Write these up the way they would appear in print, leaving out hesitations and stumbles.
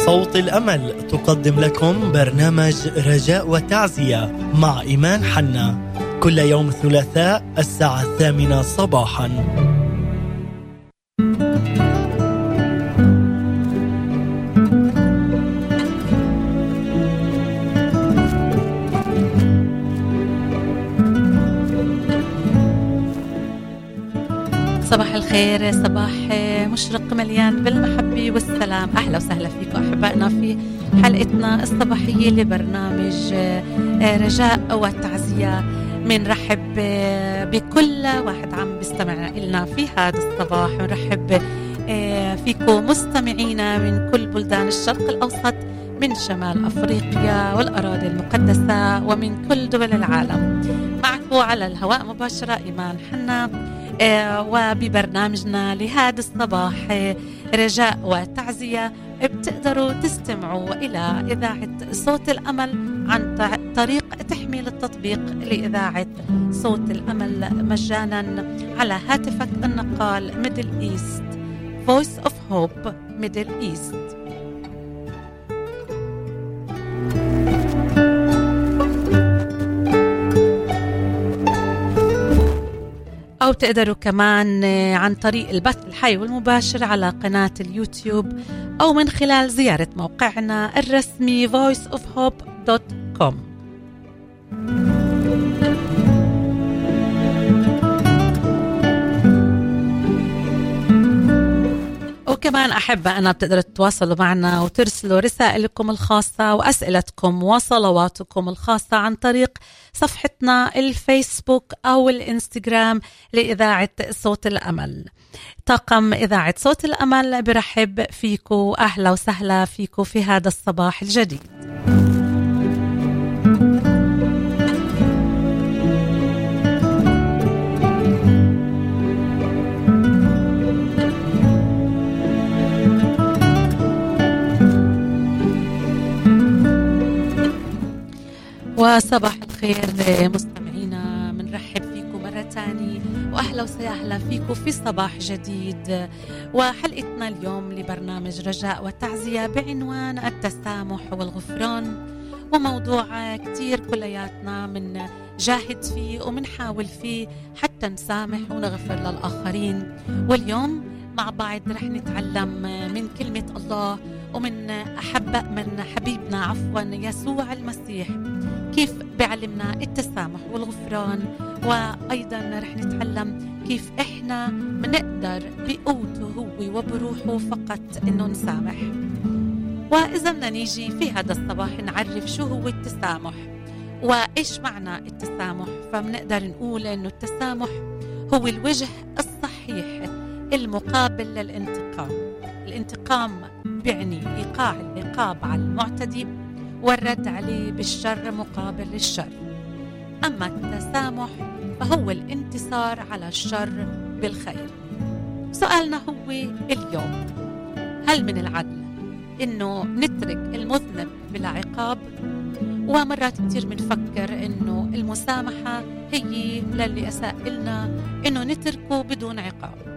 صوت الأمل تقدم لكم برنامج رجاء وتعزية مع إيمان حنا كل يوم ثلاثاء الساعة 8 صباحا. صباح الخير، صباح مشرق مليان بالمحبة والسلام. أهلا وسهلا فيكم أحبائنا في حلقتنا الصباحية لبرنامج رجاء وتعزية. منرحب بكل واحد عم بيستمع لنا في هذا الصباح، ونرحب فيكم مستمعينا من كل بلدان الشرق الأوسط، من شمال أفريقيا والأراضي المقدسة ومن كل دول العالم. معكم على الهواء مباشرة إيمان حنا، وببرنامجنا لهذا الصباح رجاء وتعزية بتقدروا تستمعوا إلى إذاعة صوت الأمل عن طريق تحميل التطبيق لإذاعة صوت الأمل مجانا على هاتفك النقال Middle East Voice of Hope Middle East. أو تقدروا كمان عن طريق البث الحي والمباشر على قناة اليوتيوب، أو من خلال زيارة موقعنا الرسمي voiceofhope.com. وكمان أحبة أنا بتقدروا تتواصلوا معنا وترسلوا رسائلكم الخاصة وأسئلتكم وصلواتكم الخاصة عن طريق صفحتنا الفيسبوك أو الإنستغرام لإذاعة صوت الأمل. طاقم إذاعة صوت الأمل برحب فيكم، أهلا وسهلا فيكم في هذا الصباح الجديد. وصباح الخير مستمعينا، منرحب فيكم مرة تانية وأهلا وسهلا فيكم في صباح جديد. وحلقتنا اليوم لبرنامج رجاء وتعزية بعنوان التسامح والغفران، وموضوع كتير كلياتنا من جاهد فيه ومنحاول فيه حتى نسامح ونغفر للآخرين. واليوم مع بعض رح نتعلم من كلمة الله ومن من حبيبنا يسوع المسيح كيف بيعلمنا التسامح والغفران، وأيضا رح نتعلم كيف إحنا منقدر بقوته هو وبروحه فقط إنه نسامح. وإذا بدنا نيجي في هذا الصباح نعرف شو هو التسامح وإيش معنى التسامح، فمنقدر نقول إنه التسامح هو الوجه الصحيح المقابل للانتقام. الانتقام بيعني إيقاع العقاب على المعتدي والرد عليه بالشر مقابل للشر. أما التسامح فهو الانتصار على الشر بالخير. سؤالنا هو اليوم: هل من العدل إنه نترك المذنب بلا عقاب؟ ومرات كتير منفكر إنه المسامحة هي للي أساء لنا إنه نتركه بدون عقاب.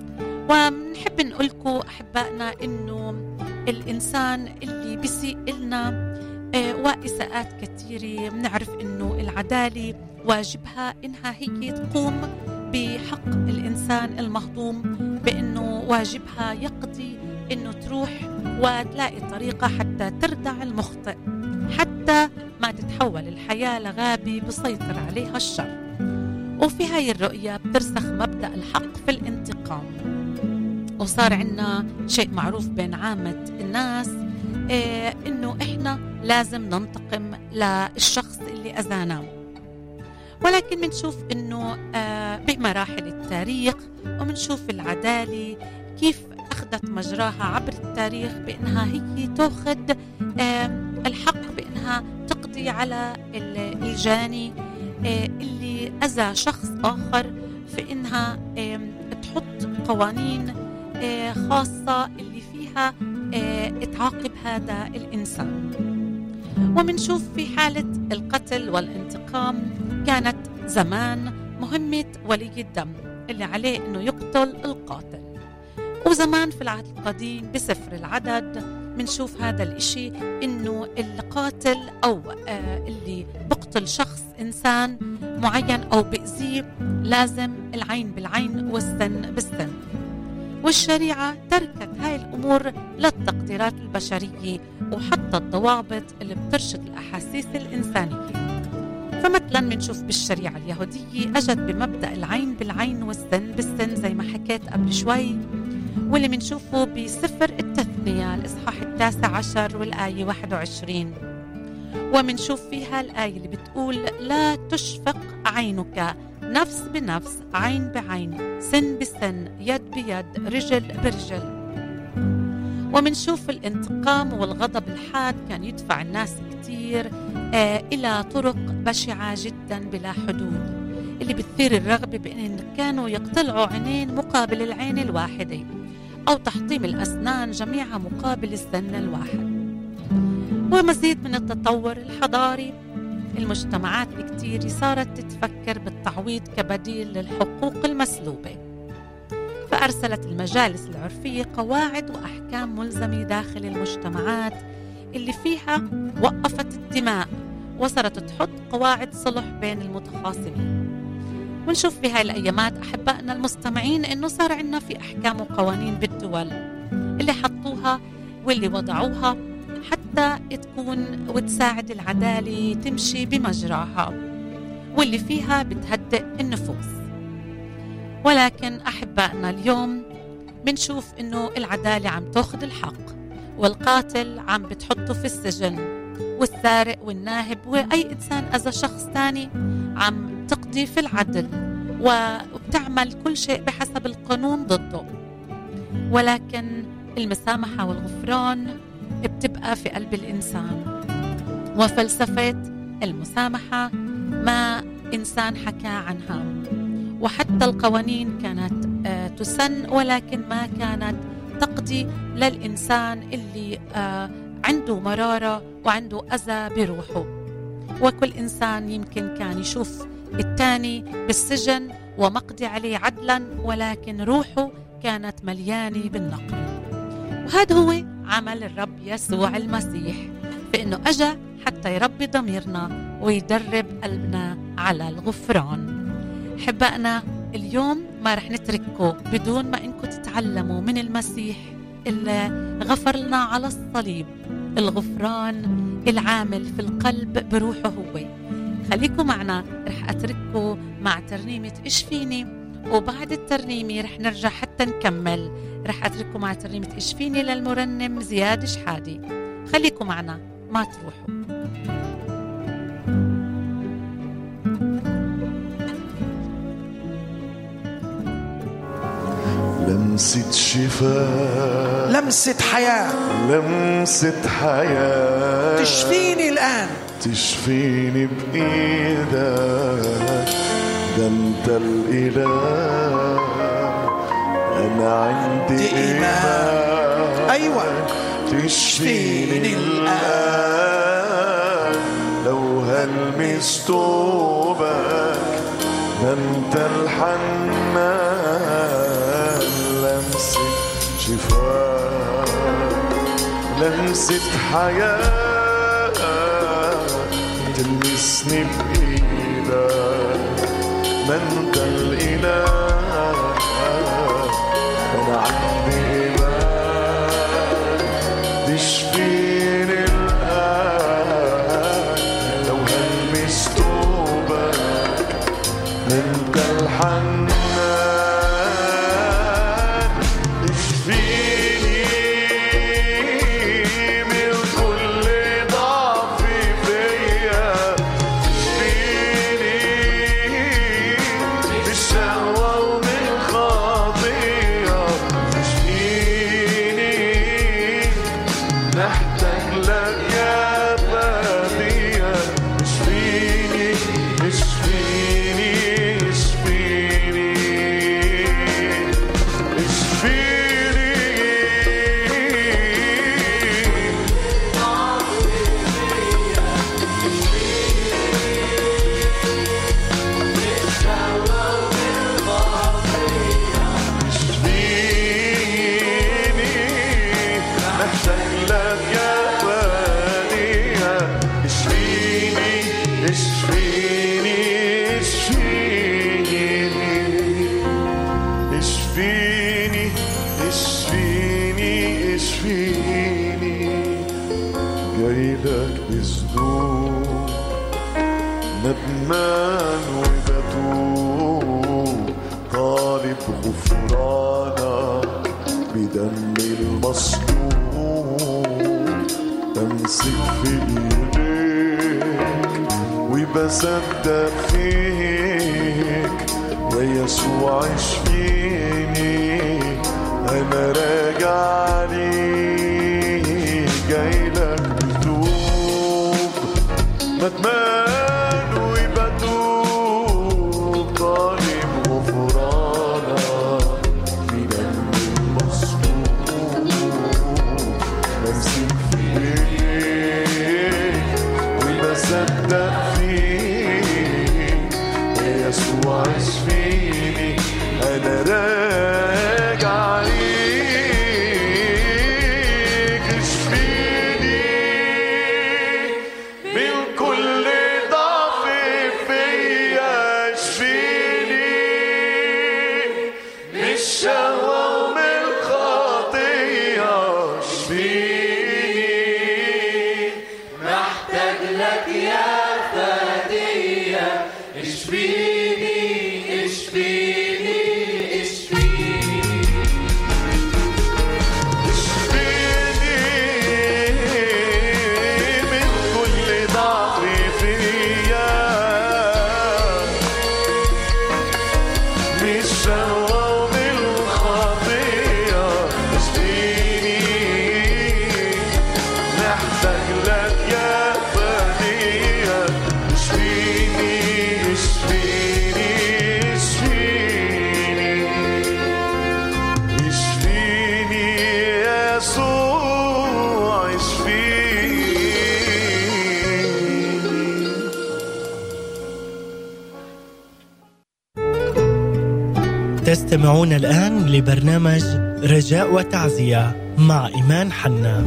ونحب نقولكم أحبائنا إنه الإنسان اللي بيسيء لنا وإساءات كثيرة، بنعرف إنه العدالة واجبها إنها هي تقوم بحق الإنسان المهضوم، بإنه واجبها يقضي إنه تروح وتلاقي طريقة حتى تردع المخطئ، حتى ما تتحول الحياة لغابة بيسيطر عليها الشر. وفي هاي الرؤية بترسخ مبدأ الحق في الانتقام، وصار عنا شيء معروف بين عامة الناس إنه إحنا لازم ننتقم للشخص اللي أذانا. ولكن منشوف إنه بمراحل التاريخ ومنشوف العدالة كيف أخذت مجراها عبر التاريخ، بإنها هي تأخذ الحق، بإنها تقضي على الجاني اللي أذى شخص آخر، في إنها تحط قوانين خاصة اللي فيها تعاقب هذا الإنسان. ومنشوف في حالة القتل والانتقام كانت زمان مهمة ولي الدم اللي عليه إنه يقتل القاتل. وزمان في العهد القديم بسفر العدد منشوف هذا الإشي إنه القاتل أو اللي بقتل شخص إنسان معين أو بأذيه لازم العين بالعين والسن بالسن. والشريعة تركت هاي الأمور للتقديرات البشرية وحتى الضوابط اللي بترشد الأحاسيس الإنسانية. فمثلا منشوف بالشريعة اليهودية أجت بمبدأ العين بالعين والسن بالسن زي ما حكيت قبل شوي، واللي منشوفه بسفر التثنية الإصحاح 19 والآية 21. ومنشوف فيها الآية اللي بتقول لا تشفق عينك، نفس بنفس، عين بعين، سن بسن، يد بيد، رجل برجل. ومنشوف الانتقام والغضب الحاد كان يدفع الناس كتير إلى طرق بشعة جدا بلا حدود، اللي بتثير الرغبة بأن كانوا يقتلعوا عينين مقابل العين الواحدة، أو تحطيم الأسنان جميعها مقابل السن الواحد. ومزيد من التطور الحضاري، المجتمعات الكتير صارت تتفكر بالتعويض كبديل للحقوق المسلوبة، فأرسلت المجالس العرفية قواعد وأحكام ملزمة داخل المجتمعات اللي فيها وقفت الدماء، وصارت تحط قواعد صلح بين المتخاصمين. ونشوف في هاي الأيامات أحبائنا المستمعين إنه صار عندنا في أحكام وقوانين بالدول اللي حطوها واللي وضعوها حتى تكون وتساعد العدالة تمشي بمجراها، واللي فيها بتهدئ النفوس. ولكن أحبائنا اليوم منشوف إنه العدالة عم تأخذ الحق، والقاتل عم بتحطه في السجن، والسارق والناهب وأي إنسان أذى شخص تاني عم تقضي في العدل، وبتعمل كل شيء بحسب القانون ضده. ولكن المسامحة والغفران بتبقى في قلب الإنسان، وفلسفة المسامحة ما إنسان حكى عنها، وحتى القوانين كانت تسن، ولكن ما كانت تقضي للإنسان اللي عنده مرارة وعنده أذى بروحه. وكل إنسان يمكن كان يشوف التاني بالسجن ومقضي عليه عدلا، ولكن روحه كانت مليانة بالنقل. وهذا هو عمل الرب يسوع المسيح، فإنه أجا حتى يربي ضميرنا ويدرب قلبنا على الغفران. حبائنا اليوم ما رح نترككم بدون ما إنكم تتعلموا من المسيح اللي غفر لنا على الصليب الغفران العامل في القلب بروحه هو. خليكم معنا، رح أترككم مع ترنيمة اشفيني، وبعد الترنيمة رح نرجع حتى نكمل. رح أترككم مع ترنيمة اشفيني للمرنم زياد شحادي. خليكم معنا ما تروحوا. لمسة شفاء، لمسة حياة، لمسة حياة تشفيني الآن، تشفيني بإيدك، ده أنت الإله، أنا عندي إيمان. أيوة تشفيني الآن لو هلمس توبك، ده أنت الحنان. لمسة شفاء، لمسة حياة، تلمسني بإيدك، ما أنت الإله، أنا عندي إيمان. تشفيني الآن لو هلمس توبك، أنت الحنان. اشفيني اشفيني جايلك بصدور ندمان وبتوب طالب غفرانك بدم المصلوب بمسك في ايديك وبصدق فيك يا يسوع اشفيني انا راجع عليك جايلك بذوب ندمان وبتوب طالب غفرانك بدم المصلوب بمسك في ايديك وبصدق فيك يا يسوع اشفيني انا راجع عليك اشفيني من كل ضعف فيا اشفيني من الشهوة ومن الخطية اشفيني محتاج لك يا فدية اشفيني اشفيني من كل ضعف فيا من الشهوة ومن الخطية اشفيني محتاج لك يا فدية اشفيني اشفيني اشفيني اشفيني يا يسوع اشفيني. تستمعون الآن لبرنامج رجاء وتعزية مع إيمان حنا.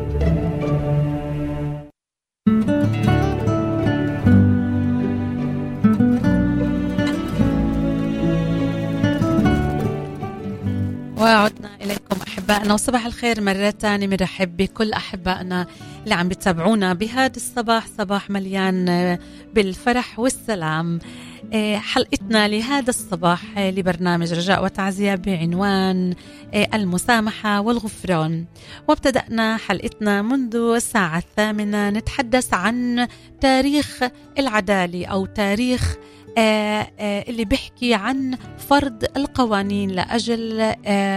وعدنا إليكم أحبائنا وصباح الخير مرة تانية. بنرحب بكل أحبائنا اللي عم بتابعونا بهذا الصباح، صباح مليان بالفرح والسلام. حلقتنا لهذا الصباح لبرنامج رجاء وتعزية بعنوان المسامحة والغفران، وابتدأنا حلقتنا منذ الساعة 8 نتحدث عن تاريخ العدالة أو تاريخ اللي بيحكي عن فرض القوانين لأجل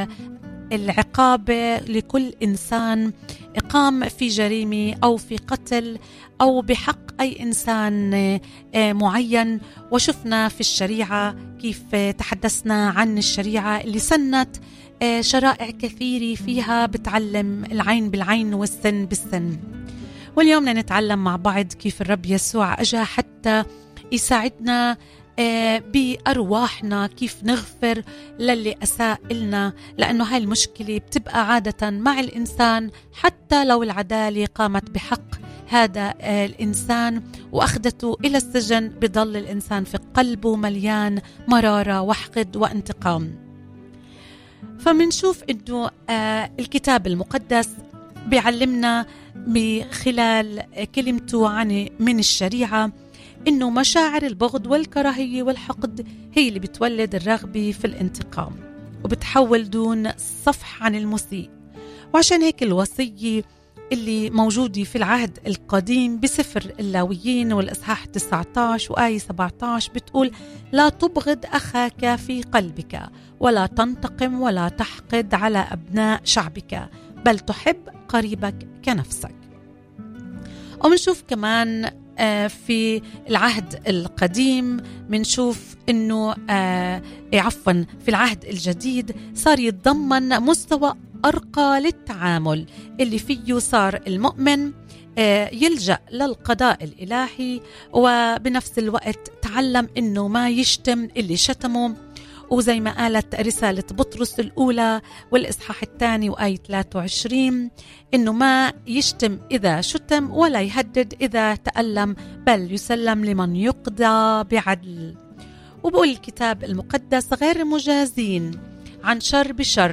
العقاب لكل إنسان قام في جريمة أو في قتل أو بحق أي إنسان معين. وشفنا في الشريعة كيف تحدثنا عن الشريعة اللي سنت شرائع كثيرة فيها بتعلم العين بالعين والسن بالسن. واليوم نتعلم مع بعض كيف الرب يسوع أجا حتى يساعدنا بأرواحنا، كيف نغفر للي أساء لنا، لأنه هاي المشكلة بتبقى عادة مع الإنسان حتى لو العدالة قامت بحق هذا الإنسان وأخذته إلى السجن، بضل الإنسان في قلبه مليان مرارة وحقد وانتقام. فمنشوف إنه الكتاب المقدس بيعلمنا بخلال كلمته عن من الشريعة إنه مشاعر البغض والكراهية والحقد هي اللي بتولد الرغبة في الانتقام وبتحول دون صفح عن المسيء. وعشان هيك الوصية اللي موجودة في العهد القديم بسفر اللاويين والإصحاح 19 وآية 17 بتقول: لا تبغض أخاك في قلبك ولا تنتقم ولا تحقد على أبناء شعبك بل تحب قريبك كنفسك. ومنشوف كمان في العهد القديم منشوف انه في العهد الجديد صار يتضمن مستوى ارقى للتعامل اللي فيه صار المؤمن يلجأ للقضاء الالهي، وبنفس الوقت تعلم انه ما يشتم اللي شتمه. وزي ما قالت رسالة بطرس الأولى والإصحاح 2 وآية 23 إنه ما يشتم إذا شتم ولا يهدد إذا تألم بل يسلم لمن يقضى بعدل. وبقول الكتاب المقدس: غير مجازين عن شر بشر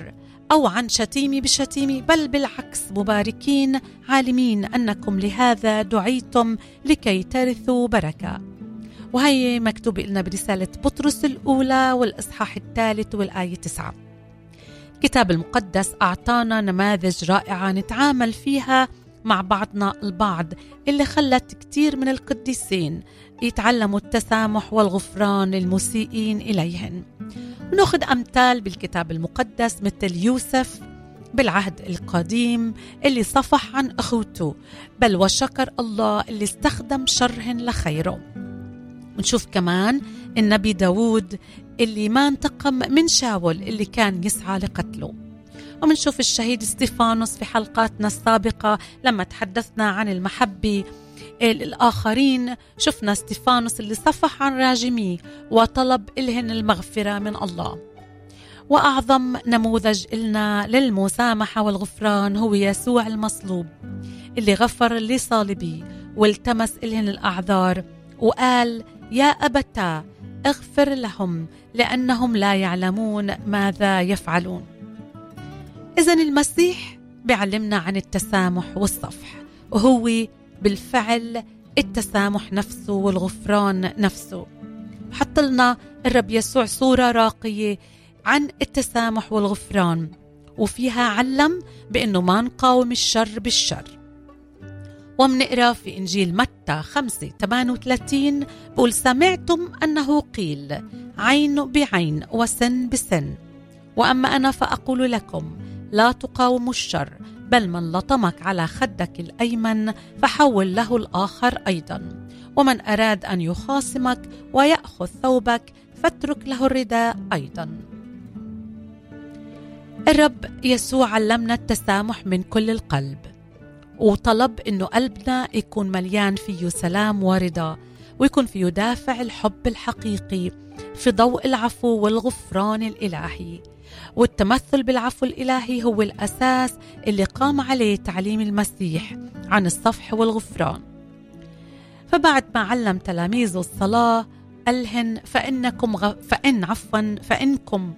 أو عن شتيمي بشتيمي، بل بالعكس مباركين عالمين أنكم لهذا دعيتم لكي ترثوا بركة. وهي مكتوب لنا برسالة بطرس الأولى والإصحاح 3 والآية 9. الكتاب المقدس أعطانا نماذج رائعة نتعامل فيها مع بعضنا البعض، اللي خلت كتير من القديسين يتعلموا التسامح والغفران للمسيئين إليهن. ونأخذ أمثال بالكتاب المقدس مثل يوسف بالعهد القديم اللي صفح عن أخوته، بل وشكر الله اللي استخدم شرهن لخيره. ونشوف كمان النبي داود اللي ما انتقم من شاول اللي كان يسعى لقتله. ومنشوف الشهيد استيفانوس في حلقاتنا السابقة لما تحدثنا عن المحبة الآخرين، شفنا استيفانوس اللي صفح عن راجميه وطلب إلهن المغفرة من الله. وأعظم نموذج لنا للمسامحة والغفران هو يسوع المصلوب اللي غفر لصالبي والتمس إلهن الأعذار وقال يا أبتا اغفر لهم لأنهم لا يعلمون ماذا يفعلون. إذن المسيح بيعلمنا عن التسامح والصفح، وهو بالفعل التسامح نفسه والغفران نفسه. حط لنا الرب يسوع صورة راقية عن التسامح والغفران، وفيها علم بأنه ما نقاوم الشر بالشر. ومنقرأ في إنجيل متى 5:38 بقول سمعتم أنه قيل عين بعين وسن بسن، وأما أنا فأقول لكم لا تقاوموا الشر، بل من لطمك على خدك الأيمن فحول له الآخر أيضا، ومن أراد أن يخاصمك ويأخذ ثوبك فاترك له الرداء أيضا. الرب يسوع علمنا التسامح من كل القلب، وطلب إنه قلبنا يكون مليان فيه سلام ورضا، ويكون فيه دافع الحب الحقيقي في ضوء العفو والغفران الإلهي. والتمثل بالعفو الإلهي هو الأساس اللي قام عليه تعليم المسيح عن الصفح والغفران. فبعد ما علم تلاميذه الصلاة قالهن فإنكم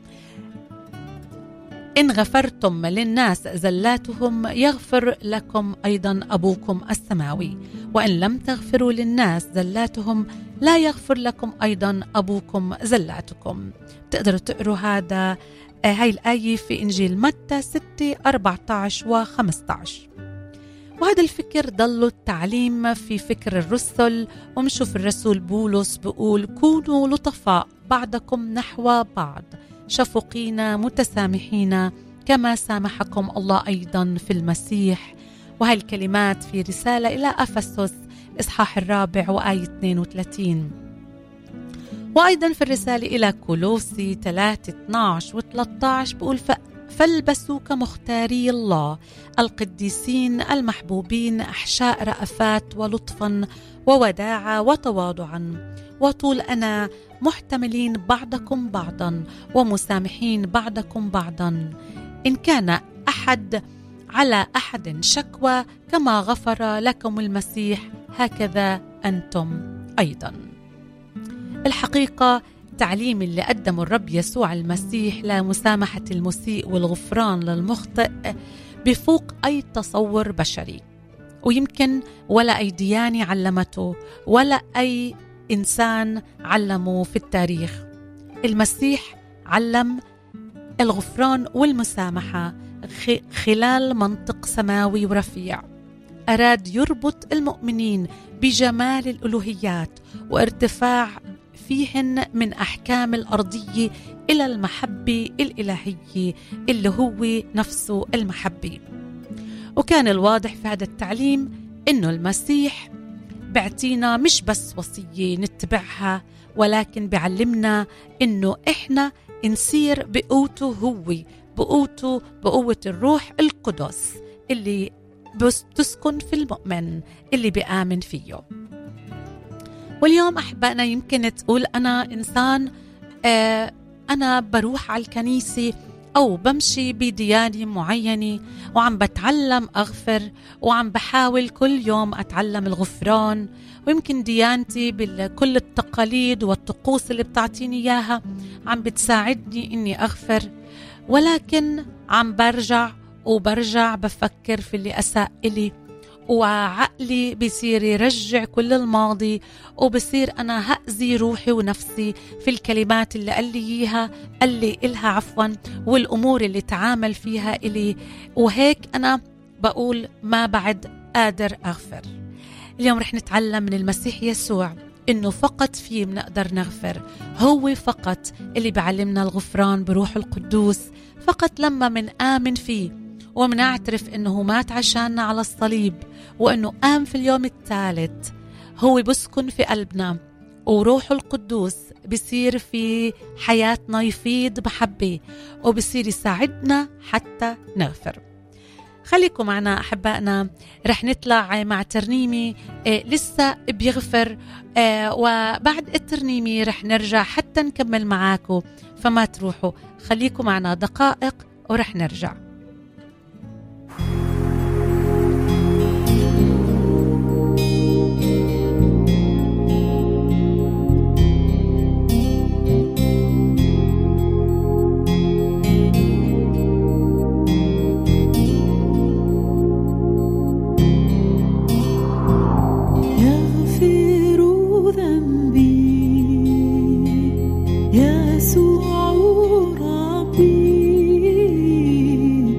إن غفرتم للناس زلاتهم يغفر لكم أيضا أبوكم السماوي، وإن لم تغفروا للناس زلاتهم لا يغفر لكم أيضا أبوكم زلاتكم. تقدروا تقروا هاي الآية في إنجيل متى 6:14 و15. وهذا الفكر ضل التعليم في فكر الرسل. ومشوف الرسول بولس بيقول كونوا لطفاء بعضكم نحو بعض شفقين متسامحين كما سامحكم الله أيضا في المسيح. وهي الكلمات في رسالة إلى أفسس إصحاح 4 وآية 32. وأيضا في الرسالة إلى كولوسي 3:12 و13 بقول فالبسوا كمختاري الله القديسين المحبوبين أحشاء رأفات ولطفا ووداعة وتواضعا وطول أنا محتملين بعضكم بعضا ومسامحين بعضكم بعضا إن كان أحد على أحد شكوى كما غفر لكم المسيح هكذا أنتم أيضا. الحقيقة التعليم اللي قدمه الرب يسوع المسيح لمسامحة المسيء والغفران للمخطئ بفوق أي تصور بشري، ويمكن ولا أي ديانة علمته ولا أي إنسان علمه في التاريخ. المسيح علم الغفران والمسامحة خلال منطق سماوي ورفيع، أراد يربط المؤمنين بجمال الألوهيات وارتفاع فيهن من أحكام الأرضية إلى المحبة الإلهية اللي هو نفسه المحبة. وكان الواضح في هذا التعليم إنه المسيح بيعطينا مش بس وصية نتبعها، ولكن بيعلمنا إنه إحنا نسير بقوته هو، بقوة الروح القدس اللي بس تسكن في المؤمن اللي بيآمن فيه. واليوم أحبائنا يمكن تقول أنا إنسان أنا بروح على الكنيسة أو بمشي بديانة معينة وعم بتعلم أغفر وعم بحاول كل يوم أتعلم الغفران، ويمكن ديانتي بكل التقاليد والطقوس اللي بتعطيني إياها عم بتساعدني إني أغفر، ولكن عم برجع بفكر في اللي أساء إلي، وعقلي بيصير يرجع كل الماضي، وبصير أنا هأذي روحي ونفسي في الكلمات اللي قال لي إياها، قال لي إلها عفوا، والأمور اللي تعامل فيها إلي، وهيك أنا بقول ما بعد قادر أغفر. اليوم رح نتعلم من المسيح يسوع إنه فقط فيه بنقدر نغفر، هو فقط اللي بعلمنا الغفران بروح القدوس، فقط لما من آمن فيه ومنعترف إنه مات عشاننا على الصليب، وإنه قام في اليوم الثالث، هو بسكن في قلبنا، وروح القدوس بيصير في حياتنا يفيض محبة، وبيصير يساعدنا حتى نغفر. خليكم معنا أحبائنا، رح نطلع مع ترنيمة لسه بيغفر، وبعد الترنيمة رح نرجع حتى نكمل معاكم، فما تروحوا، خليكم معنا دقائق ورح نرجع. يسوع ربي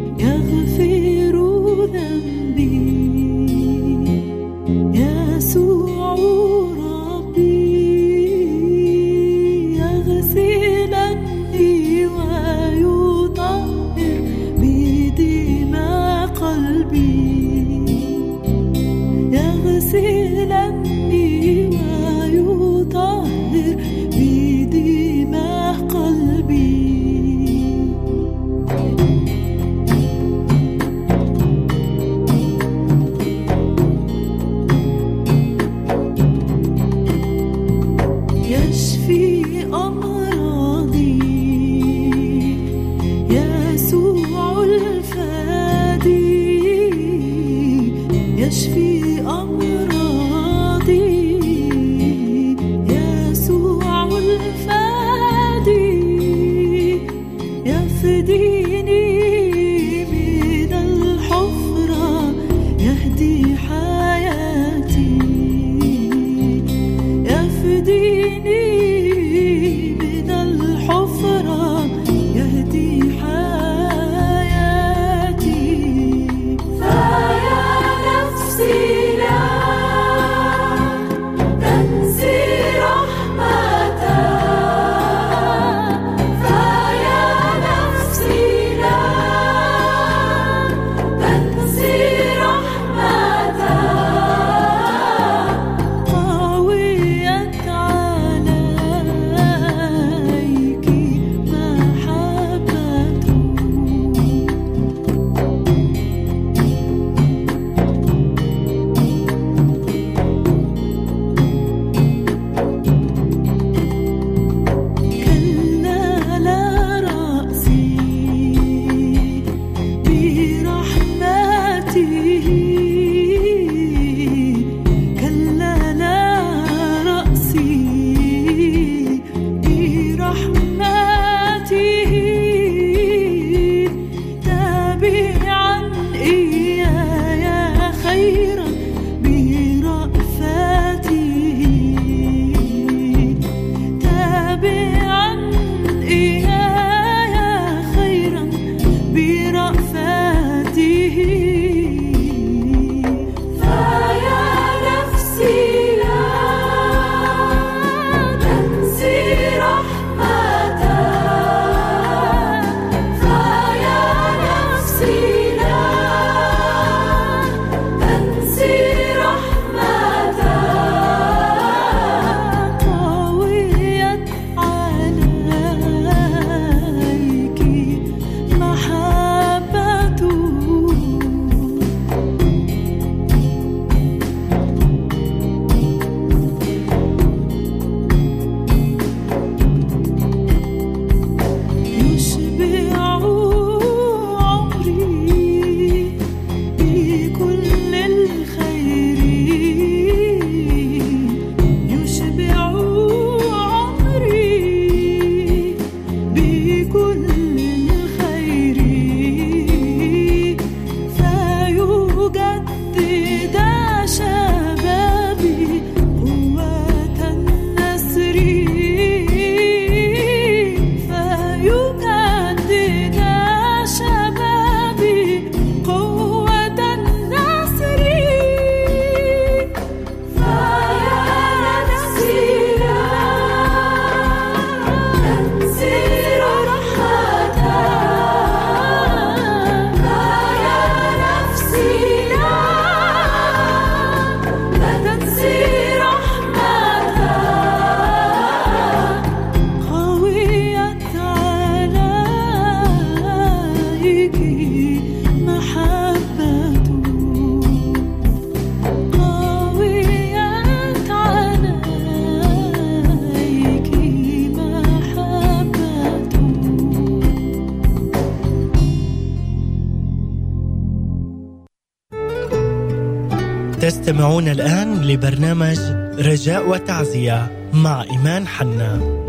تستمعون الآن لبرنامج رجاء وتعزية مع إيمان حنا.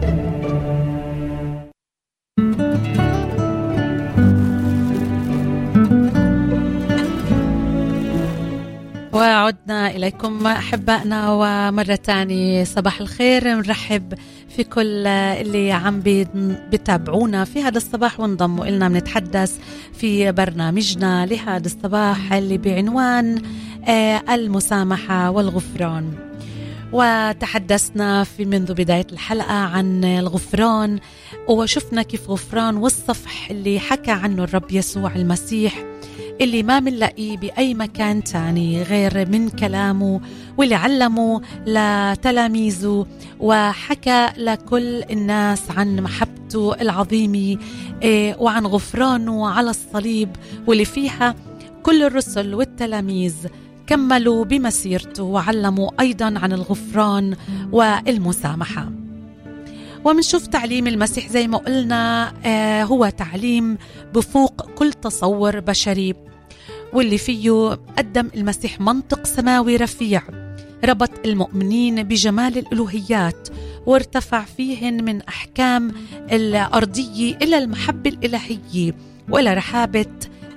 وعدنا إليكم أحبائنا ومرة تانية صباح الخير. نرحب في كل اللي عم بتابعونا في هذا الصباح وانضموا إلنا. بنتحدث في برنامجنا لهذا الصباح اللي بعنوان المسامحة والغفران. وتحدثنا في منذ بداية الحلقة عن الغفران، وشفنا كيف غفران والصفح اللي حكى عنه الرب يسوع المسيح اللي ما منلاقيه بأي مكان تاني غير من كلامه، واللي علمه لتلاميذه وحكى لكل الناس عن محبته العظيمة وعن غفرانه على الصليب، واللي فيها كل الرسل والتلاميذ كملوا بمسيرته وعلموا أيضا عن الغفران والمسامحة. ومنشوف تعليم المسيح زي ما قلنا هو تعليم بفوق كل تصور بشري، واللي فيه قدم المسيح منطق سماوي رفيع ربط المؤمنين بجمال الألوهيات وارتفع فيهن من أحكام الأرضية إلى المحبة الإلهية وإلى رحابة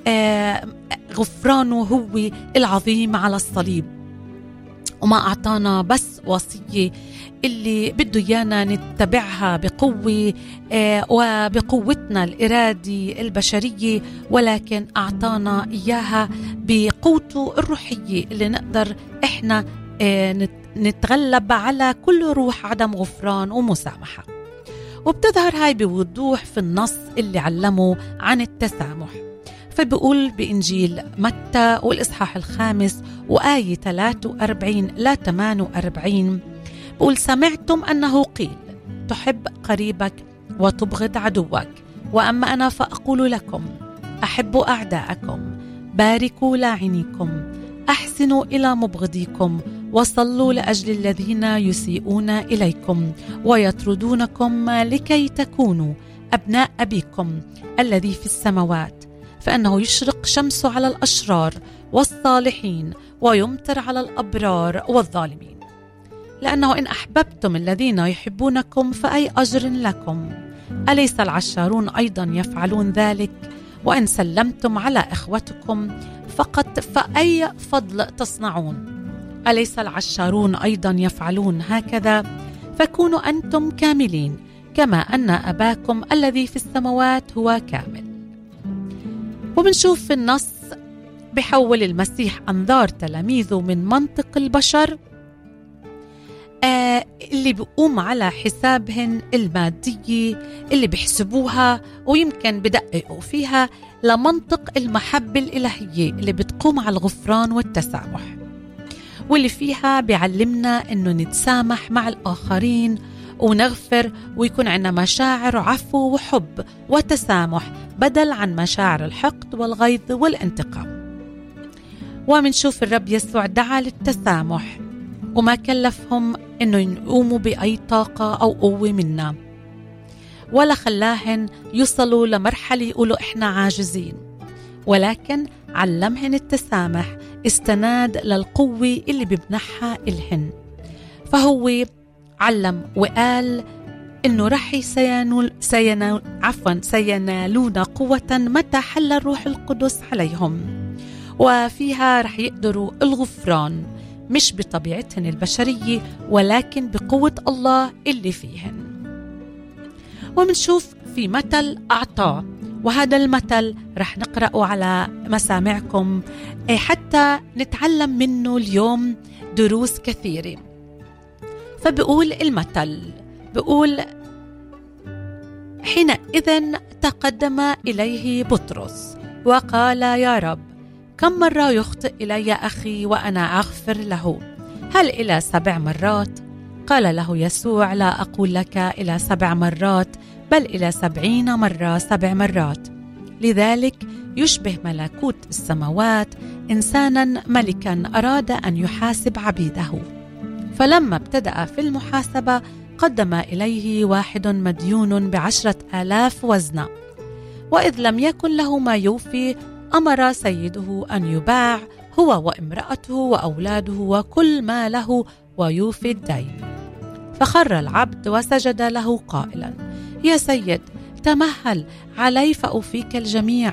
غفرانه هو العظيم على الصليب. وما أعطانا بس وصية اللي بده إيانا نتبعها بقوة وبقوتنا الإرادة البشرية، ولكن أعطانا إياها بقوته الروحية اللي نقدر إحنا نتغلب على كل روح عدم غفران ومسامحة. وبتظهر هاي بوضوح في النص اللي علمه عن التسامح. فبيقول بإنجيل متى والإصحاح 5 وآية 43 لا 48، بقول: سمعتم أنه قيل تحب قريبك وتبغض عدوك، وأما أنا فأقول لكم أحبوا أعداءكم، باركوا لاعنيكم، أحسنوا إلى مبغضيكم، وصلوا لأجل الذين يسيئون إليكم ويطردونكم، لكي تكونوا أبناء أبيكم الذي في السماوات، فإنه يشرق شمسه على الأشرار والصالحين ويمطر على الأبرار والظالمين. لأنه إن أحببتم الذين يحبونكم فأي أجر لكم؟ أليس العشارون أيضا يفعلون ذلك؟ وإن سلمتم على إخوتكم فقط فأي فضل تصنعون؟ أليس العشارون أيضا يفعلون هكذا؟ فكونوا أنتم كاملين كما أن أباكم الذي في السماوات هو كامل. وبنشوف في النص بحول المسيح أنظار تلاميذه من منطق البشر اللي بيقوم على حسابهن المادية اللي بيحسبوها ويمكن بدققوا فيها لمنطق المحبة الإلهية اللي بتقوم على الغفران والتسامح، واللي فيها بيعلمنا إنه نتسامح مع الآخرين ونغفر ويكون عندنا مشاعر عفو وحب وتسامح بدل عن مشاعر الحقد والغيظ والانتقام. ومنشوف الرب يسوع دعا للتسامح وما كلفهم إنه يقوموا بأي طاقة أو قوة منا، ولا خلاهن يوصلوا لمرحلة يقولوا إحنا عاجزين، ولكن علمهن التسامح، استناد للقوة اللي بمنحها إلهن. فهو علم وقال إنه رح سينالون قوة متى حل الروح القدس عليهم، وفيها رح يقدروا الغفران مش بطبيعتهن البشرية ولكن بقوة الله اللي فيهن. ومنشوف في مثل أعطاه، وهذا المثل رح نقرأه على مسامعكم حتى نتعلم منه اليوم دروس كثيرة. فبقول المثل، بقول: حينئذ تقدم إليه بطرس وقال: يا رب، كم مرة يخطئ إلي أخي وأنا أغفر له؟ هل إلى 7 مرات؟ قال له يسوع: لا أقول لك إلى 7 مرات، بل إلى 70 مرة 7 مرات. لذلك يشبه ملكوت السماوات إنسانا ملكا أراد أن يحاسب عبيده، فلما ابتدأ في المحاسبة قدم إليه واحد مديون ب10,000 وزنة، وإذ لم يكن له ما يوفي أمر سيده أن يباع هو وامرأته وأولاده وكل ما له ويوفي الدين. فخر العبد وسجد له قائلا: يا سيد، تمهل علي فأوفيك الجميع.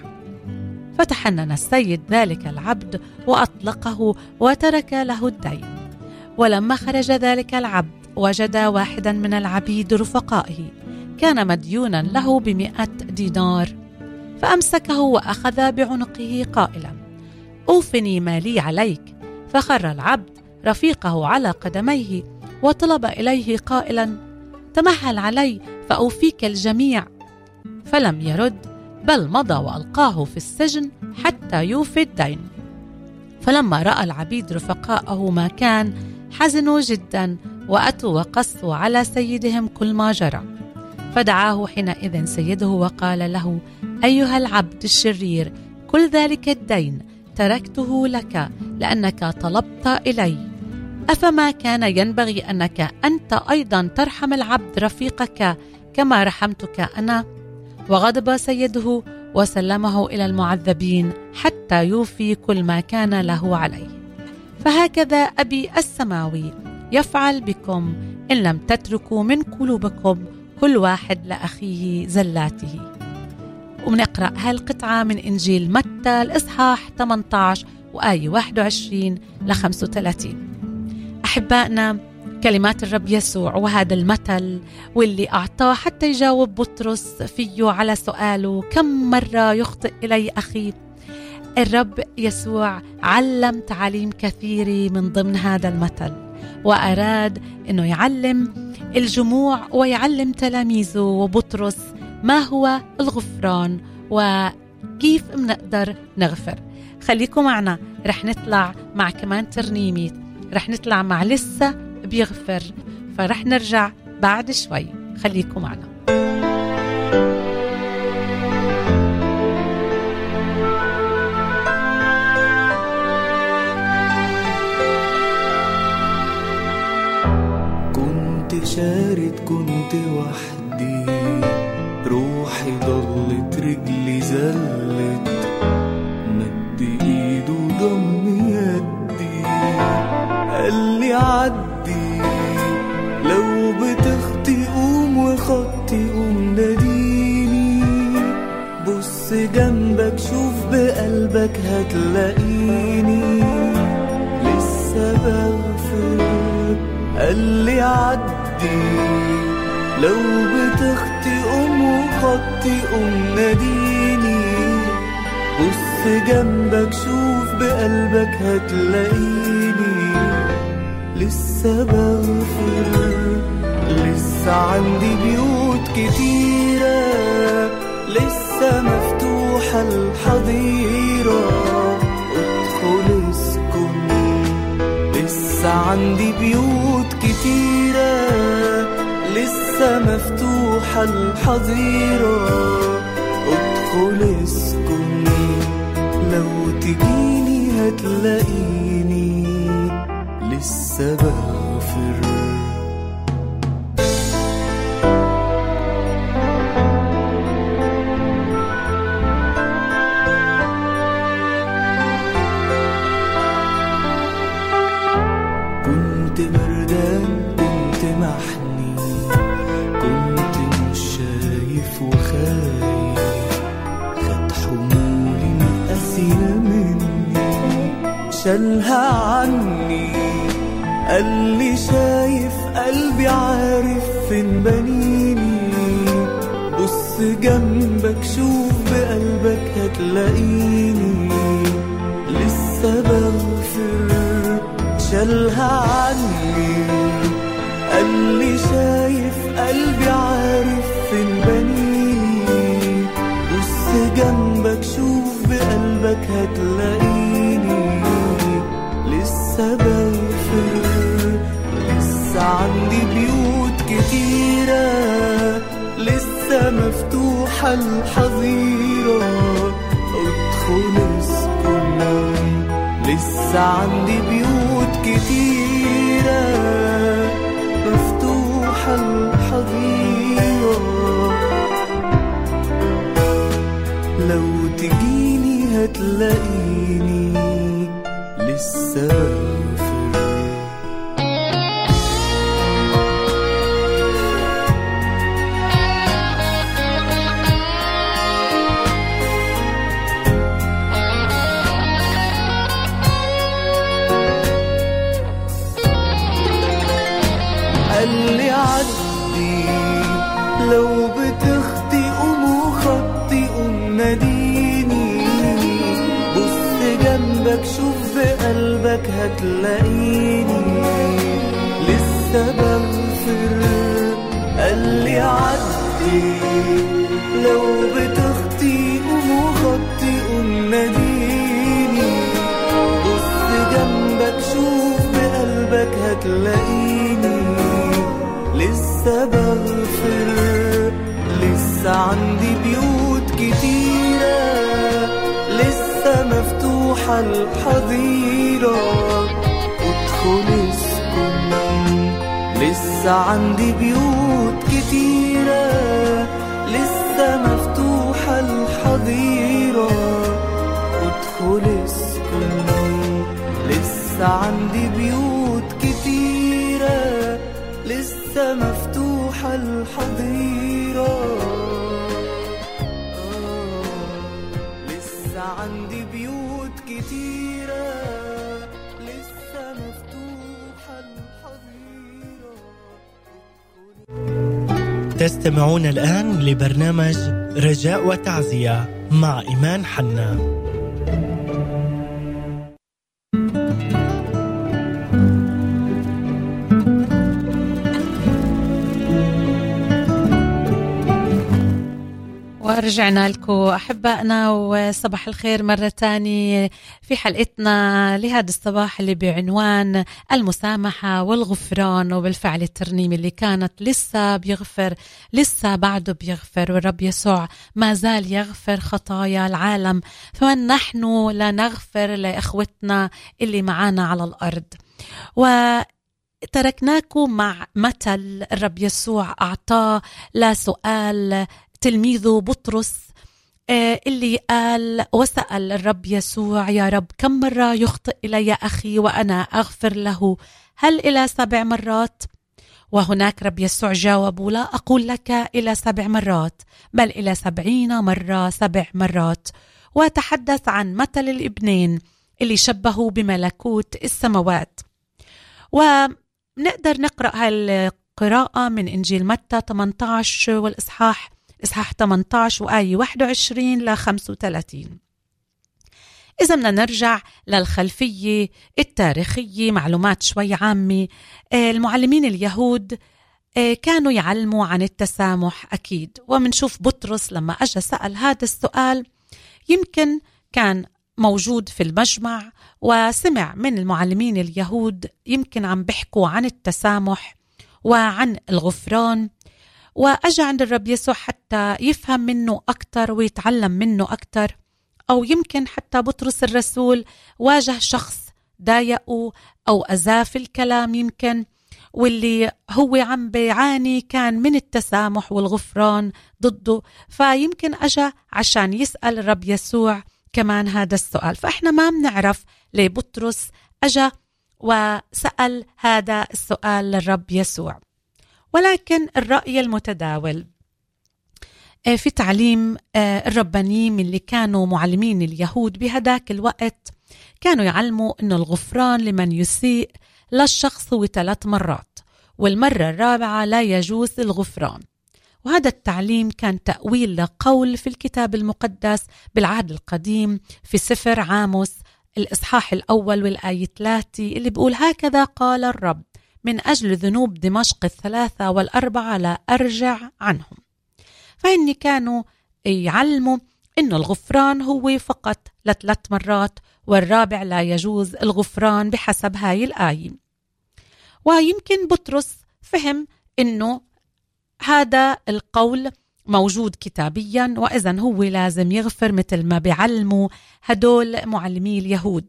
فتحنن السيد ذلك العبد وأطلقه وترك له الدين. ولما خرج ذلك العبد وجد واحدا من العبيد رفقائه كان مديونا له ب100 دينار، فأمسكه وأخذ بعنقه قائلا: أوفني ما لي عليك. فخر العبد رفيقه على قدميه وطلب إليه قائلا: تمهل علي فأوفيك الجميع. فلم يرد، بل مضى وألقاه في السجن حتى يوفي الدين. فلما رأى العبيد رفقاءه ما كان، حزنوا جدا وأتوا وقصوا على سيدهم كل ما جرى. فدعاه حينئذ سيده وقال له: أيها العبد الشرير، كل ذلك الدين تركته لك لأنك طلبت إلي. أفما كان ينبغي أنك أنت أيضا ترحم العبد رفيقك كما رحمتك أنا؟ وغضب سيده وسلمه إلى المعذبين حتى يوفي كل ما كان له عليه. فهكذا أبي السماوي يفعل بكم إن لم تتركوا من قلوبكم كل واحد لأخيه زلاته. ومنقرأ هالقطعة من إنجيل متى الإصحاح 18 وآية 21 ل35. أحبائنا، كلمات الرب يسوع وهذا المثل واللي أعطاه حتى يجاوب بطرس فيه على سؤاله: كم مرة يخطئ إلي أخي؟ الرب يسوع علم تعاليم كثيرة من ضمن هذا المثل، وأراد أنه يعلم الجموع ويعلم تلاميذه وبطرس ما هو الغفران وكيف منقدر نغفر. خليكم معنا، رح نطلع مع كمان ترنيمة، رح نطلع مع لسه بيغفر، فرح نرجع بعد شوي. خليكم معنا. كنت شارد، كنت وحدي، روحي ضلت، رجلي زلت، مد ايده ضم يدي، قال لي عدي، لو بتخطي قوم، وخطي قوم ناديني، بص جنبك شوف بقلبك هتلاقيني، لسه بغفر. قال لي عدي، لو بتخطي قوم، وخطي قوم ناديني، بص جنبك شوف بقلبك هتلاقيني، لسه بغفر. لسه عندي بيوت كتيرة، لسه مفتوحة الحظيرة، ادخل اسكن. لسه عندي بيوت كتيرة، لسه مفتوحة الحظيرة، ادخل اسكن. لو تجيني هتلاقيني، لسه بغفر. كنت بردان، كنت محني، كنت مش شايف وخايف، خد حمولي مقاسية مني، شالها عني، قال لي شايف قلبي، عارف فين بنيني، بص جنبك شوف بقلبك هتلاقيني، لسه بغفر. شالها عني، قال لي شايف قلبي، عارف فين بنيني، بص جنبك شوف بقلبك هتلاقيني، لسه بغفر. لسه عندي بيوت كتيرة، لسه مفتوحة الحظيرة، ادخل اسكن. لسه عندي بيوت كتيرة، مفتوحة الحظيرة، لو تجيني هتلاقيني لسه بغفر. قالي عدي لو بتخطي قوم وخطي قوم ناديني، بص جنبك شوف بقلبك هتلاقيني لسه بغفر. قالي عدي لو بتخطي قوم وخطي قوم ناديني، بص جنبك شوف بقلبك هتلاقيني لسه بغفر. لسه عندي بيوت كتيرة لسه مفتوحة الحظيرة، ادخل اسكن. لسه عندي بيوت كتيرة لسه مفتوحة الحظيرة، ادخل اسكن. لسه عندي بيوت كتيرة لسه مفتوحة الحظيرة، لسه عندي بيوت كتيرة لسه مفتوحة الحظيرة. تستمعون الآن لبرنامج رجاء وتعزية مع إيمان حنا. ورجعنا لكم أحبائنا وصباح الخير مرة تانية في حلقتنا لهذا الصباح اللي بعنوان المسامحة والغفران. وبالفعل الترنيمة اللي كانت لسه بيغفر، لسه بعده بيغفر، والرب يسوع ما زال يغفر خطايا العالم، فمن نحن لا نغفر لإخوتنا اللي معانا على الأرض. وتركناكم مع مثل الرب يسوع أعطاه لسؤال تلميذه بطرس اللي قال وسأل الرب يسوع: يا رب كم مرة يخطئ إلي أخي وأنا أغفر له؟ هل إلى 7 مرات؟ وهناك رب يسوع جاوب: لا أقول لك إلى 7 مرات بل إلى 70 مرة 7 مرات. وتحدث عن مثل الابنين اللي شبهوا بملكوت السماوات. ونقدر نقرأ هالقراءة من إنجيل متى 18 والإصحاح 18 وآية 21 ل 35. إذا بدنا نرجع للخلفية التاريخية، معلومات شوي عامة. المعلمين اليهود كانوا يعلموا عن التسامح أكيد، ومنشوف بطرس لما أجى سأل هذا السؤال يمكن كان موجود في المجمع وسمع من المعلمين اليهود يمكن عم بيحكوا عن التسامح وعن الغفران، وأجى عند الرب يسوع حتى يفهم منه أكتر ويتعلم منه أكتر. أو يمكن حتى بطرس الرسول واجه شخص ضايقه أو أذاه في الكلام يمكن، واللي هو عم بيعاني كان من التسامح والغفران ضده، فيمكن أجى عشان يسأل الرب يسوع كمان هذا السؤال. فإحنا ما بنعرف ليه بطرس أجى وسأل هذا السؤال للرب يسوع، ولكن الرأي المتداول في تعليم الربانيين اللي كانوا معلمين اليهود بهداك الوقت كانوا يعلموا أن الغفران لمن يسيء للشخص هو 3 مرات، والمرة الرابعة لا يجوز الغفران. وهذا التعليم كان تأويل لقول في الكتاب المقدس بالعهد القديم في سفر عاموس الإصحاح 1 والآية 3 اللي بيقول: هكذا قال الرب من أجل ذنوب دمشق 3 و4 لا أرجع عنهم. فإني كانوا يعلموا إن الغفران هو فقط ل3 مرات، والرابع لا يجوز الغفران بحسب هاي الآية. ويمكن بطرس فهم إنه هذا القول موجود كتابيا، وإذن هو لازم يغفر مثل ما بيعلموا هدول معلمي اليهود.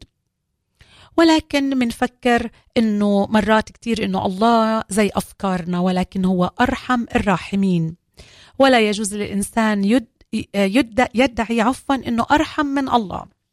ولكن منفكر إنه مرات كتير إنه الله زي أفكارنا، ولكن هو أرحم الراحمين، ولا يجوز للإنسان يدعي عفوا إنه أرحم من الله.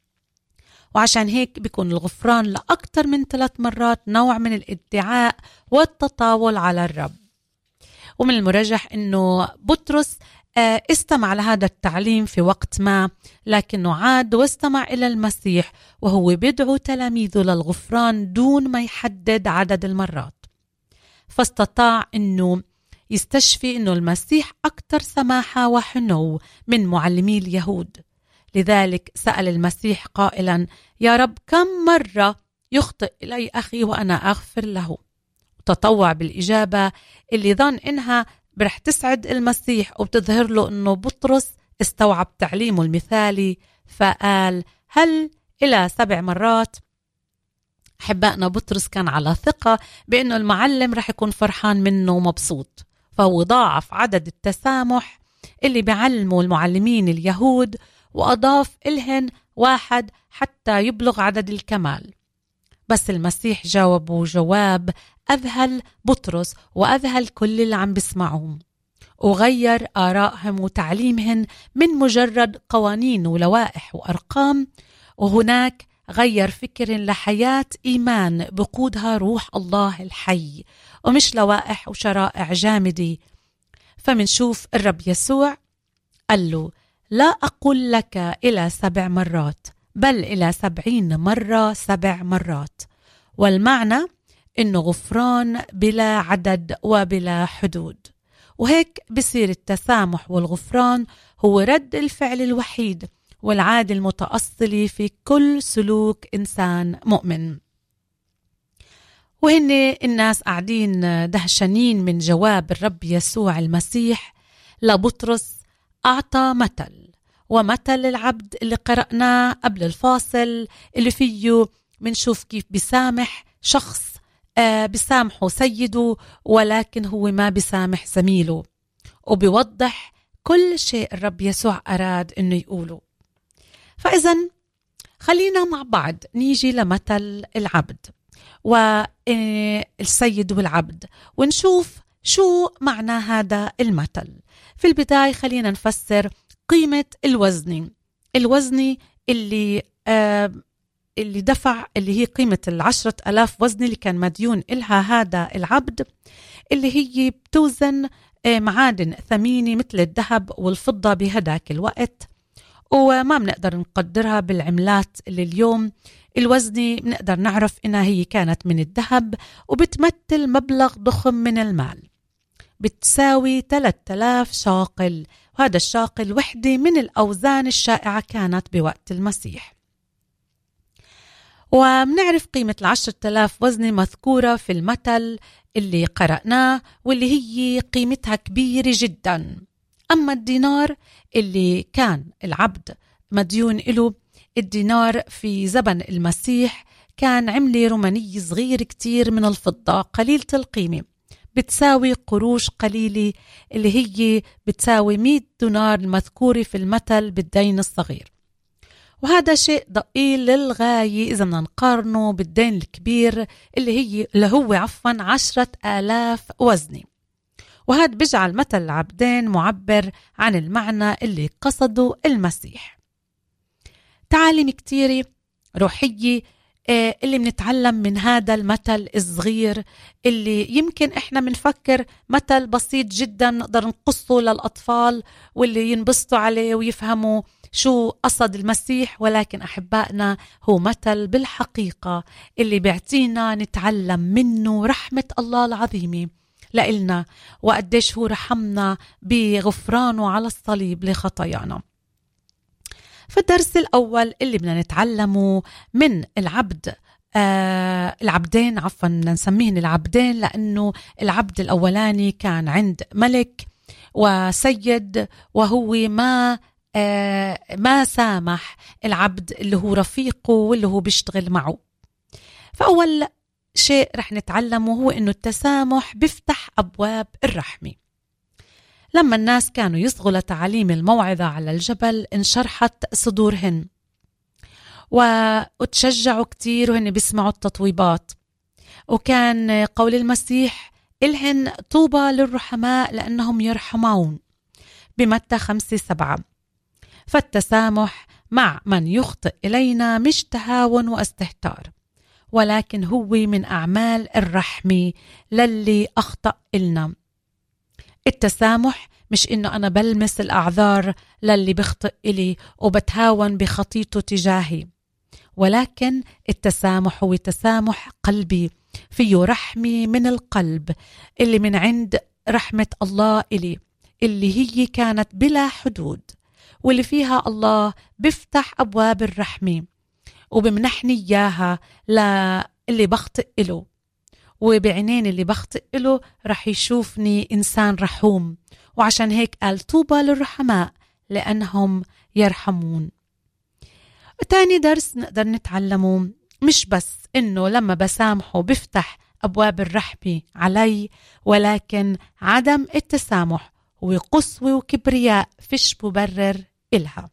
وعشان هيك بيكون الغفران لأكثر من 3 مرات نوع من الادعاء والتطاول على الرب. ومن المرجح أنه بطرس استمع لهذا التعليم في وقت ما، لكنه عاد واستمع إلى المسيح وهو بيدعو تلاميذه للغفران دون ما يحدد عدد المرات، فاستطاع أنه يستشفي أنه المسيح أكثر سماحة وحنو من معلمي اليهود. لذلك سأل المسيح قائلا: يا رب، كم مرة يخطئ إلي أخي وأنا أغفر له؟ وتطوع بالإجابة اللي ظن إنها برح تسعد المسيح وبتظهر له أنه بطرس استوعب تعليمه المثالي، فقال: هل إلى 7 مرات؟ أحبائنا، بطرس كان على ثقة بأنه المعلم رح يكون فرحان منه ومبسوط، فهو ضاعف عدد التسامح اللي بيعلموا المعلمين اليهود وأضاف إلهن 1 حتى يبلغ عدد الكمال. بس المسيح جاوبه جواب أذهل بطرس وأذهل كل اللي عم بيسمعوهم، وغير آرائهم وتعليمهن من مجرد قوانين ولوائح وأرقام، وهناك غير فكر لحياة إيمان بقودها روح الله الحي، ومش لوائح وشرائع جامدة. فمنشوف الرب يسوع قال له: لا أقول لك إلى 7 مرات، بل إلى 70 مرة 7 مرات. والمعنى إنه غفران بلا عدد وبلا حدود. وهيك بصير التسامح والغفران هو رد الفعل الوحيد والعادة المتأصلة في كل سلوك إنسان مؤمن. وهن الناس قاعدين دهشانين من جواب الرب يسوع المسيح لبطرس. أعطى مثل، ومثل العبد اللي قرأناه قبل الفاصل اللي فيه منشوف كيف بيسامح شخص بيسامحه سيده، ولكن هو ما بيسامح زميله، وبيوضح كل شيء الرب يسوع أراد إنه يقوله. فإذن خلينا مع بعض نيجي لمثل العبد والسيد والعبد ونشوف شو معنى هذا المثل. في البداية خلينا نفسر قيمة الوزني اللي دفع، اللي هي قيمة 10,000 وزن اللي كان مديون إلها هذا العبد، اللي هي بتوزن معادن ثمينة مثل الذهب والفضة بهداك الوقت، وما بنقدر نقدرها بالعملات اللي اليوم. الوزني بنقدر نعرف إنها هي كانت من الذهب وبتمثل مبلغ ضخم من المال، بتساوي 3000 شاقل، وهذا الشاقل وحدة من الأوزان الشائعة كانت بوقت المسيح. ومنعرف قيمة 10,000 وزنة مذكورة في المثل اللي قرأناه، واللي هي قيمتها كبيرة جدا. أما الدينار اللي كان العبد مديون له، الدينار في زمن المسيح كان عملة رومانية صغير كتير من الفضة قليلة القيمة، بتساوي قروش قليلة، اللي هي بتساوي 100 دينار المذكورة في المثل بالدين الصغير. وهذا شيء ضئيل للغاية إذا بدنا نقارنه بالدين الكبير اللي هو 10,000 وزنة. وهذا بيجعل مثل العبدين معبر عن المعنى اللي قصده المسيح. تعاليم كتيرة روحية اللي بنتعلم من هذا المثل الصغير، اللي يمكن احنا بنفكر مثل بسيط جدا نقدر نقصه للأطفال واللي ينبسطوا عليه ويفهموا شو قصد المسيح، ولكن أحبائنا هو مثل بالحقيقة اللي بيعطينا نتعلم منه رحمة الله العظيمة لإلنا، وقديش هو رحمنا بغفرانه على الصليب لخطايانا. فالدرس الأول اللي بدنا نتعلمه من العبدين، عفوا نسميهن العبدين، لأنه العبد الأولاني كان عند ملك وسيد، وهو ما سامح العبد اللي هو رفيقه واللي هو بيشتغل معه. فأول شيء رح نتعلمه هو إنه التسامح بيفتح أبواب الرحمة. لما الناس كانوا يصغوا لتعاليم الموعظة على الجبل انشرحت صدورهن وتشجعوا كتير وهن بيسمعوا التطويبات، وكان قول المسيح إلهن طوبى للرحماء لأنهم يرحمون بمتى 5:7. فالتسامح مع من يخطئ إلينا مش تهاون واستهتار، ولكن هو من أعمال الرحمة للي أخطأ إلنا. التسامح مش إنه أنا بلمس الأعذار للي بخطئ إلي وبتهاون بخطيته تجاهي، ولكن التسامح هو تسامح قلبي فيه رحمة من القلب، اللي من عند رحمة الله إلي، اللي هي كانت بلا حدود، واللي فيها الله بفتح أبواب الرحمة وبمنحني إياها للي بخطئ إله، وبعينين اللي بخطئ إله رح يشوفني إنسان رحوم. وعشان هيك قال طوبى للرحماء لأنهم يرحمون. تاني درس نقدر نتعلمه مش بس إنه لما بسامحه بفتح أبواب الرحمة علي، ولكن عدم التسامح هو قسوة وكبرياء فيش مبرر إلها.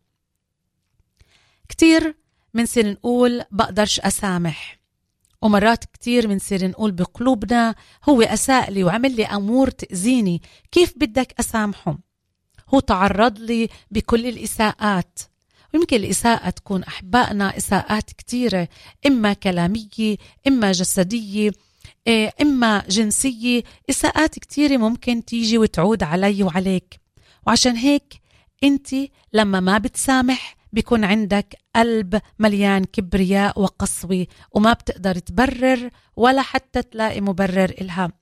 كتير منصير نقول بقدرش أسامح، ومرات كتير منصير نقول بقلوبنا هو أساء لي وعمل لي أمور تأذيني، كيف بدك أسامحه؟ هو تعرض لي بكل الإساءات. ويمكن الإساءة تكون أحبائنا إساءات كتيرة، إما كلامية، إما جسدية، إما جنسية. إساءات كتيرة ممكن تيجي وتعود علي وعليك. وعشان هيك أنت لما ما بتسامح بيكون عندك قلب مليان كبرياء وقسوة، وما بتقدر تبرر ولا حتى تلاقي مبرر إلها.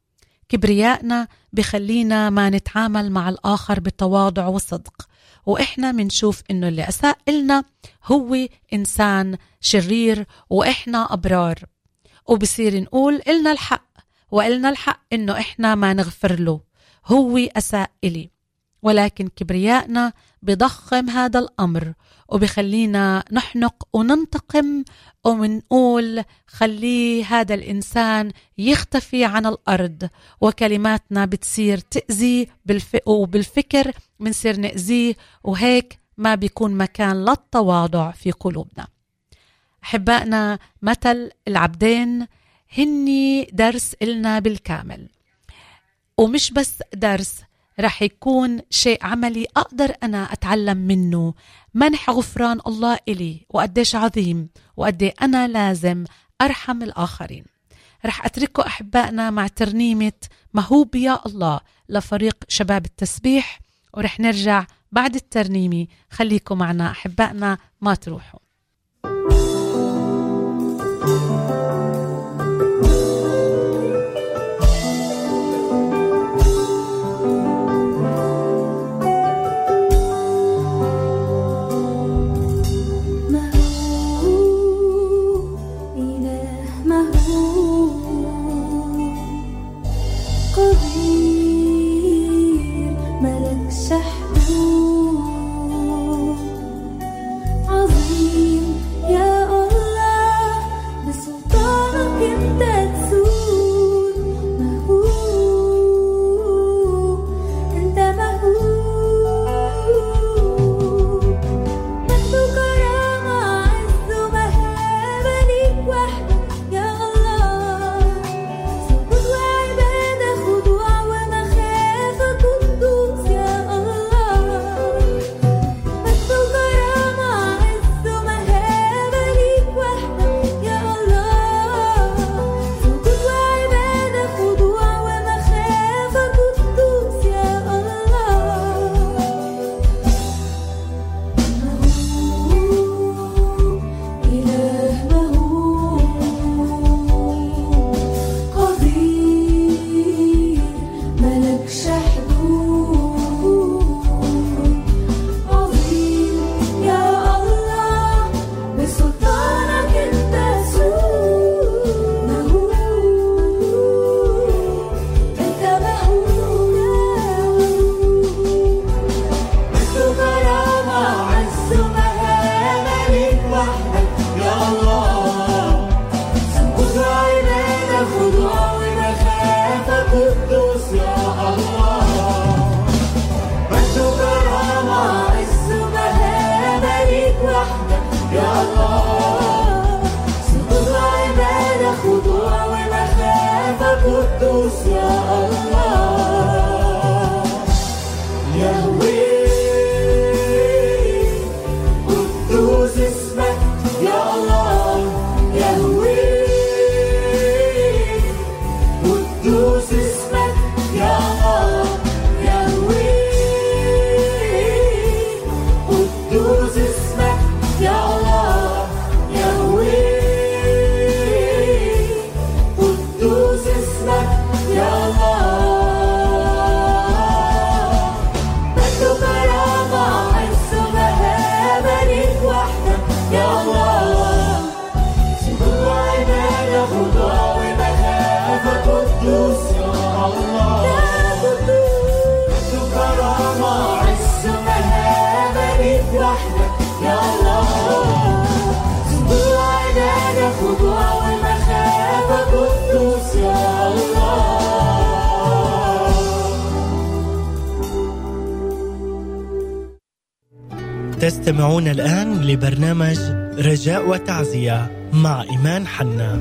كبريائنا بخلينا ما نتعامل مع الآخر بتواضع وصدق، وإحنا منشوف إنه اللي أساء إلنا هو إنسان شرير وإحنا أبرار، وبصير نقول إلنا الحق، وإلنا الحق إنه إحنا ما نغفر له، هو أساء إلي. ولكن كبريائنا بضخم هذا الأمر وبخلينا نحنق وننتقم ومنقول خليه هذا الإنسان يختفي عن الأرض، وكلماتنا بتصير تأذي وبالفكر منصير نأذيه، وهيك ما بيكون مكان للتواضع في قلوبنا. أحبائنا، مثل العبدين هني درس إلنا بالكامل، ومش بس درس، رح يكون شيء عملي أقدر أنا أتعلم منه منح غفران الله إلي، وقديش عظيم وقدي أنا لازم أرحم الآخرين. رح أتركه أحبائنا مع ترنيمة مهوب يا الله لفريق شباب التسبيح، ورح نرجع بعد الترنيمة. خليكم معنا أحبائنا، ما تروحوا. عظيم تستمعون الآن لبرنامج رجاء وتعزية مع إيمان حنا.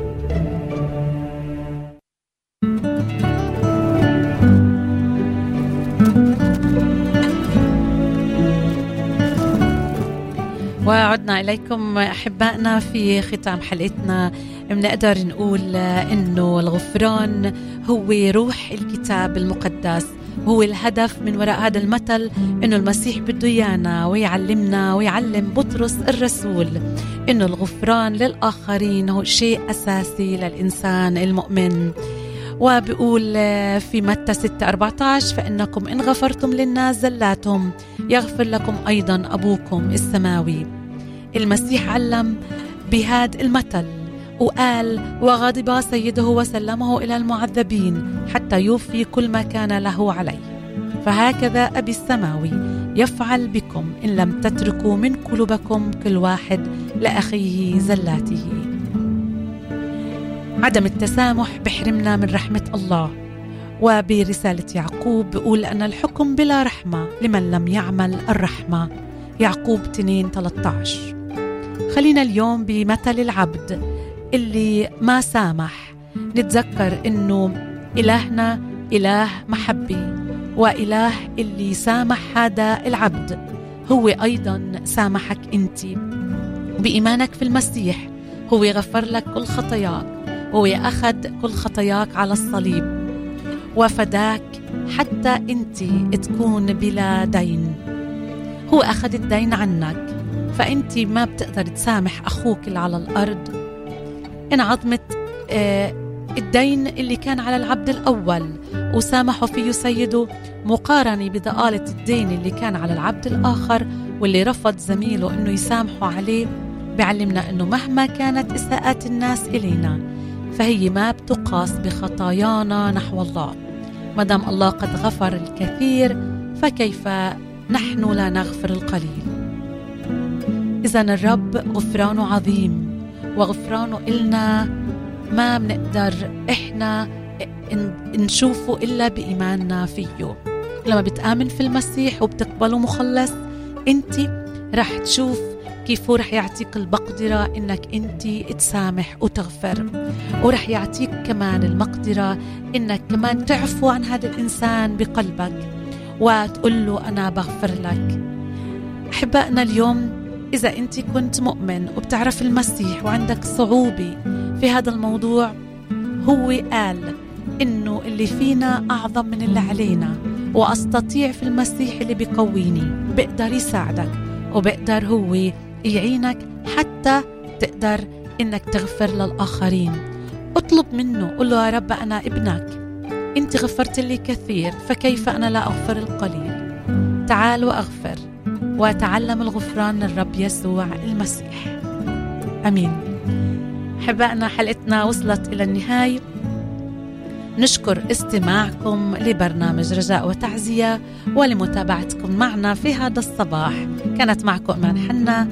وعدنا إليكم أحبائنا في ختام حلقتنا. بنقدر نقول إنه الغفران هو روح الكتاب المقدس، هو الهدف من وراء هذا المثل، إنه المسيح بده إيانا ويعلمنا ويعلم بطرس الرسول إنه الغفران للآخرين هو شيء أساسي للإنسان المؤمن. وبيقول في متى 6:14 فإنكم إن غفرتم للناس زلاتهم يغفر لكم أيضا أبوكم السماوي. المسيح علم بهذا المثل وقال وغضب سيده وسلمه إلى المعذبين حتى يوفي كل ما كان له عليه، فهكذا أبي السماوي يفعل بكم إن لم تتركوا من قلوبكم كل واحد لأخيه زلاته. عدم التسامح بحرمنا من رحمة الله. وبرسالة يعقوب بيقول أن الحكم بلا رحمة لمن لم يعمل الرحمة، يعقوب 2:13. خلينا اليوم بمثل العبد اللي ما سامح نتذكر إنه إلهنا إله محبي، وإله اللي سامح هذا العبد هو أيضا سامحك أنت بإيمانك في المسيح. هو غفر لك كل خطاياك، هو أخذ كل خطاياك على الصليب وفداك حتى أنت تكون بلا دين. هو أخذ الدين عنك، فأنت ما بتقدر تسامح أخوك اللي على الأرض. انعظمت الدين اللي كان على العبد الأول وسامحه فيه سيده مقارنة بضآلة الدين اللي كان على العبد الآخر واللي رفض زميله إنه يسامحه عليه. بعلمنا إنه مهما كانت إساءات الناس إلينا فهي ما بتقاس بخطايانا نحو الله. مدام الله قد غفر الكثير فكيف نحن لا نغفر القليل؟ إذن الرب غفرانه عظيم، وغفرانه إلنا ما بنقدر إحنا نشوفه إلا بإيماننا فيه. لما بتآمن في المسيح وبتقبله مخلص، أنت رح تشوف كيف رح يعطيك المقدرة إنك أنت تسامح وتغفر، ورح يعطيك كمان المقدرة إنك كمان تعفو عن هذا الإنسان بقلبك وتقول له أنا بغفر لك. أحبائنا اليوم إذا أنت كنت مؤمن وبتعرف المسيح وعندك صعوبة في هذا الموضوع، هو قال إنه اللي فينا أعظم من اللي علينا، وأستطيع في المسيح اللي بيقويني. بقدر يساعدك وبقدر هو يعينك حتى تقدر إنك تغفر للآخرين. اطلب منه، قل له يا رب أنا ابنك، أنت غفرت لي كثير فكيف أنا لا أغفر القليل؟ تعال وأغفر وتعلم الغفران من الرب يسوع المسيح. أمين. أحبائنا حلقتنا وصلت إلى النهاية. نشكر استماعكم لبرنامج رجاء وتعزية ولمتابعتكم معنا في هذا الصباح. كانت معكم إيمان حنا،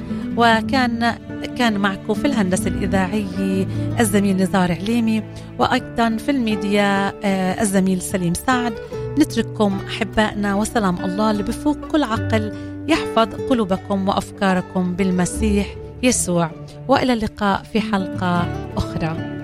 وكان معكم في الهندسة الإذاعية الزميل نزار عليمي، وأيضا في الميديا الزميل سليم سعد. نترككم أحبائنا وسلام الله اللي بفوق كل عقل يحفظ قلوبكم وأفكاركم بالمسيح يسوع، وإلى اللقاء في حلقة أخرى.